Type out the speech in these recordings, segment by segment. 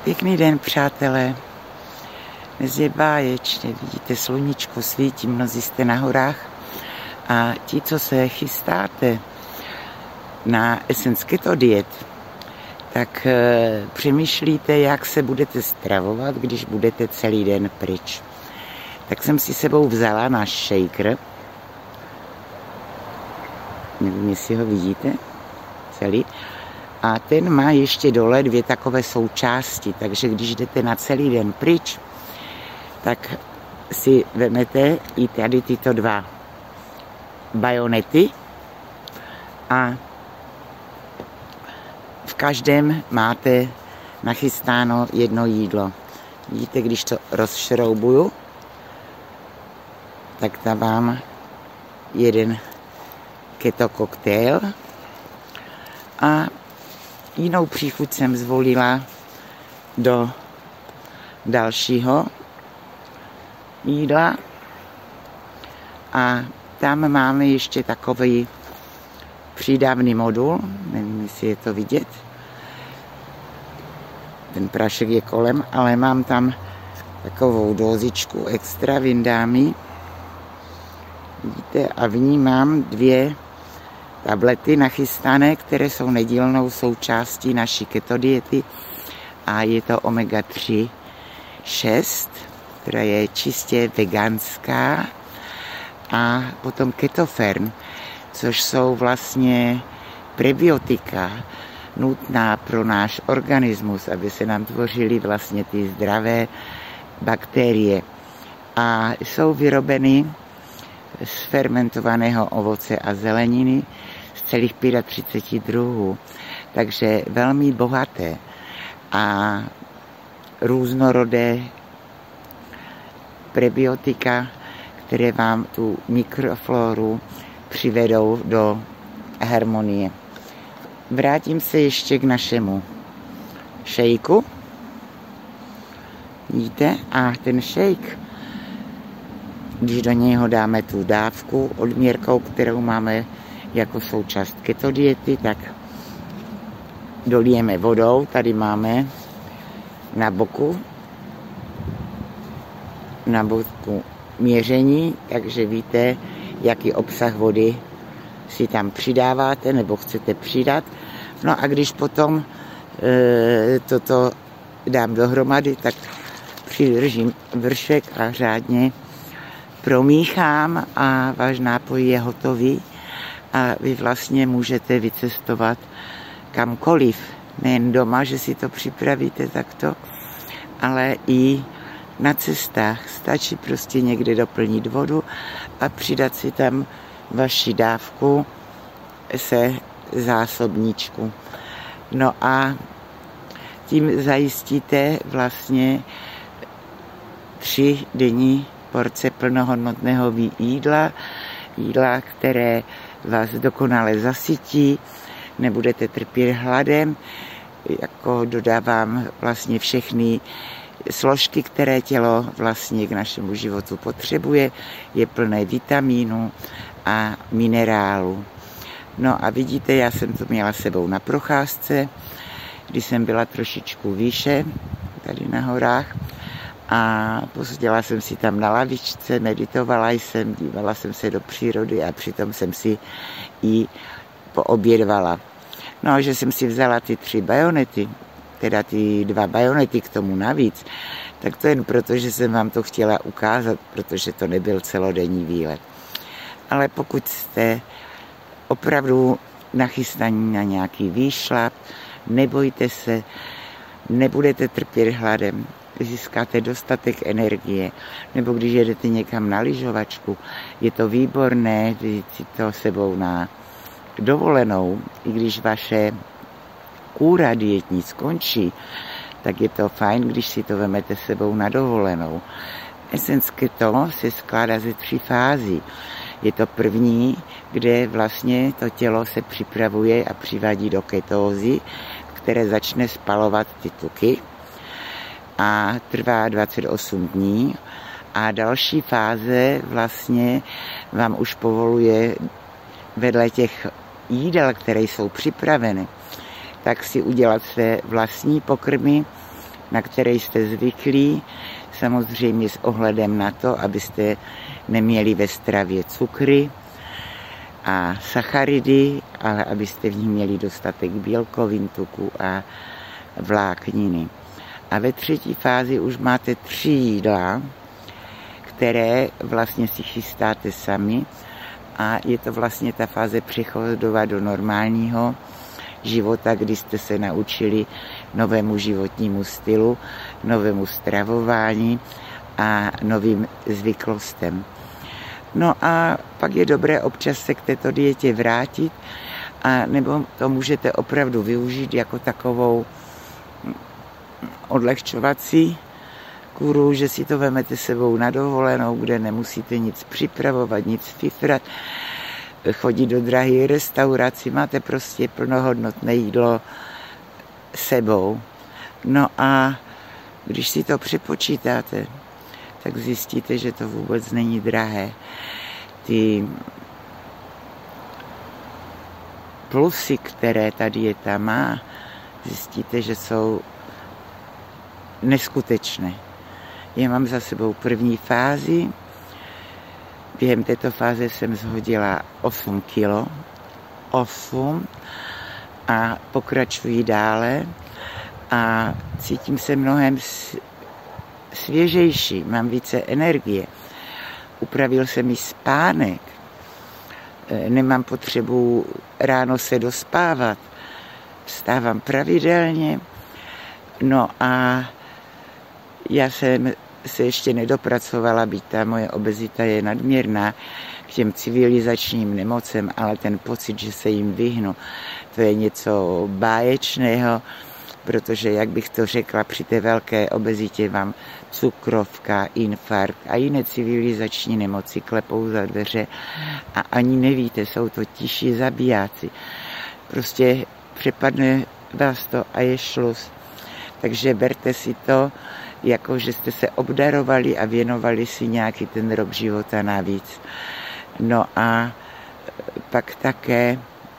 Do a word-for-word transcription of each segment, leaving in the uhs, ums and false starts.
Pěkný den, přátelé. Dnes je báječně, vidíte, sluníčko svítí, mnozí jste na horách. A ti, co se chystáte na Essence Keto Diet, tak e, přemýšlíte, jak se budete stravovat, když budete celý den pryč. Tak jsem si sebou vzala náš shaker. Nevím, jestli ho vidíte celý. A ten má ještě dole dvě takové součásti, takže když jdete na celý den pryč, tak si vemete i tady tyto dva bajonety a v každém máte nachystáno jedno jídlo. Vidíte, když to rozšroubuju, tak tam mám jeden keto koktejl a jinou příchuť jsem zvolila do dalšího jídla a tam máme ještě takový přídavný modul, nevím, jestli je to vidět, ten prašek je kolem, ale mám tam takovou dózičku extra Vindámy, vidíte, a v ní mám dvě tablety nachystané, které jsou nedílnou součástí naší keto diety a je to omega tři šest, která je čistě veganská, a potom ketofern, což jsou vlastně prebiotika nutná pro náš organismus, aby se nám tvořily vlastně ty zdravé bakterie. A jsou vyrobeny z fermentovaného ovoce a zeleniny z celých třicet pět druhů. Takže velmi bohaté a různorodé prebiotika, které vám tu mikrofloru přivedou do harmonie. Vrátím se ještě k našemu šejku. Vidíte? A ten šejk, když do něho dáme tu dávku odměrkou, kterou máme jako součást keto diety, tak dolijeme vodou. Tady máme na boku na boku měření, takže víte, jaký obsah vody si tam přidáváte nebo chcete přidat. No a když potom e, toto dám dohromady, tak přidržím vršek a řádně promíchám a váš nápoj je hotový a vy vlastně můžete vycestovat kamkoliv. Nejen doma, že si to připravíte takto, ale i na cestách. Stačí prostě někde doplnit vodu a přidat si tam vaši dávku se zásobníčku. No a tím zajistíte vlastně tři denní porce plnohodnotného jídla, jídla, které vás dokonale zasytí, nebudete trpět hladem, jako dodávám vlastně všechny složky, které tělo vlastně k našemu životu potřebuje, je plné vitamínů a minerálů. No a vidíte, já jsem to měla sebou na procházce, když jsem byla trošičku výše, tady na horách, a poseděla jsem si tam na lavičce, meditovala jsem, dívala jsem se do přírody a přitom jsem si i poobědvala. No a že jsem si vzala ty tři bajonety, teda ty dva bajonety k tomu navíc, tak to jen proto, že jsem vám to chtěla ukázat, protože to nebyl celodenní výlet. Ale pokud jste opravdu nachystaní na nějaký výšlap, nebojte se, nebudete trpět hladem, získáte dostatek energie, nebo když jedete někam na lyžovačku, je to výborné vzít si to sebou na dovolenou, i když vaše kůra dietní skončí, tak je to fajn, když si to vemete sebou na dovolenou. Essence Keto se skládá ze tří fází. Je to první, kde vlastně to tělo se připravuje a přivádí do ketózy, které začne spalovat ty tuky a trvá dvacet osm dní. A další fáze vlastně vám už povoluje vedle těch jídel, které jsou připraveny, tak si udělat své vlastní pokrmy na které jste zvyklí, samozřejmě s ohledem na to, abyste neměli ve stravě cukry a sacharidy, ale abyste v ní měli dostatek bílkovin, tuku a vlákniny. A ve třetí fázi už máte tři jídla, které vlastně si chystáte sami a je to vlastně ta fáze přechodová do normálního života, kdy jste se naučili novému životnímu stylu, novému stravování a novým zvyklostem. No a pak je dobré občas se k této dietě vrátit, a nebo to můžete opravdu využít jako takovou odlehčovací kůru, že si to vemete sebou na dovolenou, kde nemusíte nic připravovat, nic fifrat, chodit do drahé restauraci, máte prostě plnohodnotné jídlo sebou. No a když si to přepočítáte, tak zjistíte, že to vůbec není drahé. Ty plusy, které ta dieta má, zjistíte, že jsou neskutečné. Já mám za sebou první fázi. Během této fáze jsem zhodila osm kilo. osm. A pokračuji dále. A cítím se mnohem svěžejší. Mám více energie. Upravil se mi spánek. Nemám potřebu ráno se dospávat. Vstávám pravidelně. No a já jsem se ještě nedopracovala, byť ta moje obezita je nadměrná, k těm civilizačním nemocem, ale ten pocit, že se jim vyhnu, to je něco báječného, protože, jak bych to řekla, při té velké obezitě vám cukrovka, infarkt a jiné civilizační nemoci klepou za dveře a ani nevíte, jsou to tiší zabijáci. Prostě přepadne vás to a je šluz. Takže berte si to, jako že jste se obdarovali a věnovali si nějaký ten rok života navíc. No a pak také,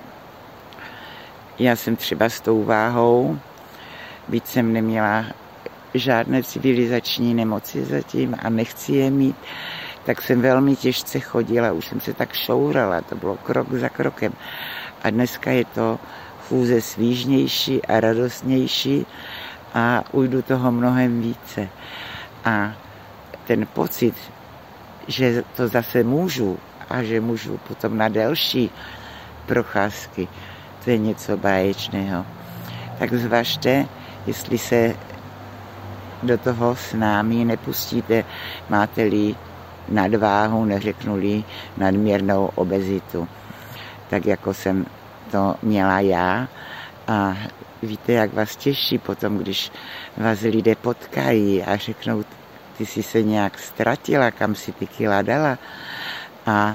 já jsem třeba s tou váhou, byť jsem neměla žádné civilizační nemoci zatím a nechci je mít, tak jsem velmi těžce chodila, už jsem se tak šourala, to bylo krok za krokem. A dneska je to chůze svížnější a radostnější, a ujdu toho mnohem více. A ten pocit, že to zase můžu a že můžu potom na delší procházky, to je něco báječného. Tak zvažte, jestli se do toho s námi nepustíte, máte-li nadváhu, neřeknu-li nadměrnou obezitu. Tak jako jsem to měla já. A víte, jak vás těší potom, když vás lidé potkají a řeknou, ty jsi se nějak ztratila, kam si ty kila dala. A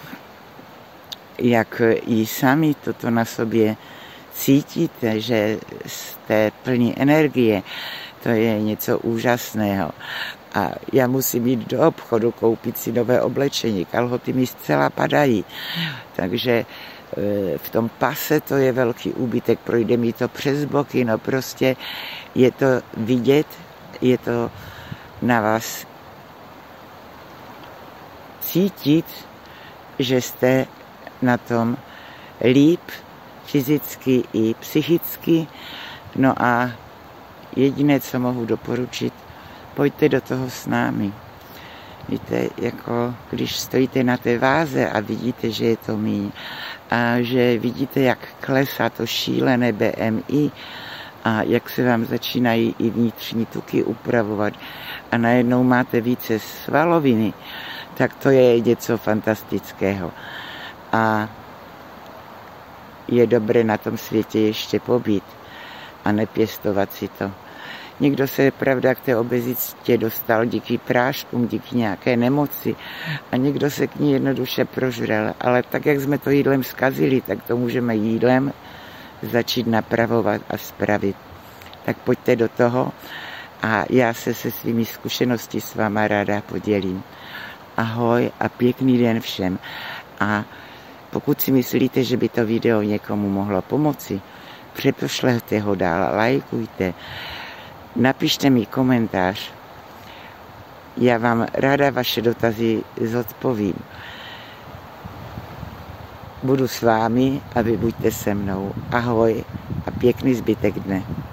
jak i sami toto na sobě cítíte, že jste plní energie, to je něco úžasného. A já musím jít do obchodu, koupit si nové oblečení, kalhoty mi zcela padají. Takže v tom pase to je velký úbytek, projde mi to přes boky, no prostě je to vidět, je to na vás cítit, že jste na tom líp fyzicky i psychicky. No a jediné, co mohu doporučit, pojďte do toho s námi. Víte, jako když stojíte na té váze a vidíte, že je to míň a že vidíte, jak klesá to šílené bé em í a jak se vám začínají i vnitřní tuky upravovat a najednou máte více svaloviny, tak to je něco fantastického. A je dobré na tom světě ještě pobít a nepěstovat si to. Někdo se, pravda, k té obezitě dostal díky práškům, díky nějaké nemoci a někdo se k ní jednoduše prožral. Ale tak, jak jsme to jídlem zkazili, tak to můžeme jídlem začít napravovat a spravit. Tak pojďte do toho a já se se svými zkušenosti s váma ráda podělím. Ahoj a pěkný den všem. A pokud si myslíte, že by to video někomu mohlo pomoci, přepošlete ho dál, lajkujte, napište mi komentář. Já vám ráda vaše dotazy zodpovím. Budu s vámi a vy buďte se mnou. Ahoj a pěkný zbytek dne.